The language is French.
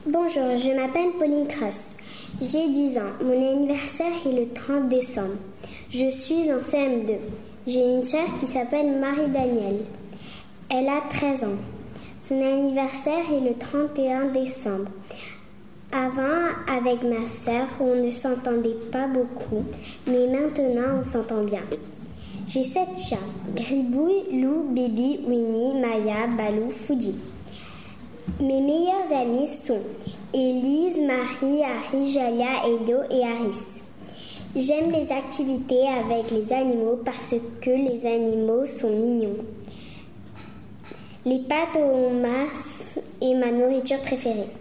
Bonjour, je m'appelle Pauline Cross. J'ai 10 ans. Mon anniversaire est le 30 décembre. Je suis en CM2. J'ai une sœur qui s'appelle Marie-Danielle. Elle a 13 ans. Son anniversaire est le 31 décembre. Avant, avec ma sœur, on ne s'entendait pas beaucoup, mais maintenant on s'entend bien. J'ai 7 chats, Gribouille, Lou, Bibi, Winnie, Maya, Balou, Foudi. Mes meilleurs amis sont Élise, Marie, Harry, Jalia, Edo et Aris. J'aime les activités avec les animaux parce que les animaux sont mignons. Les pâtes au homard est ma nourriture préférée.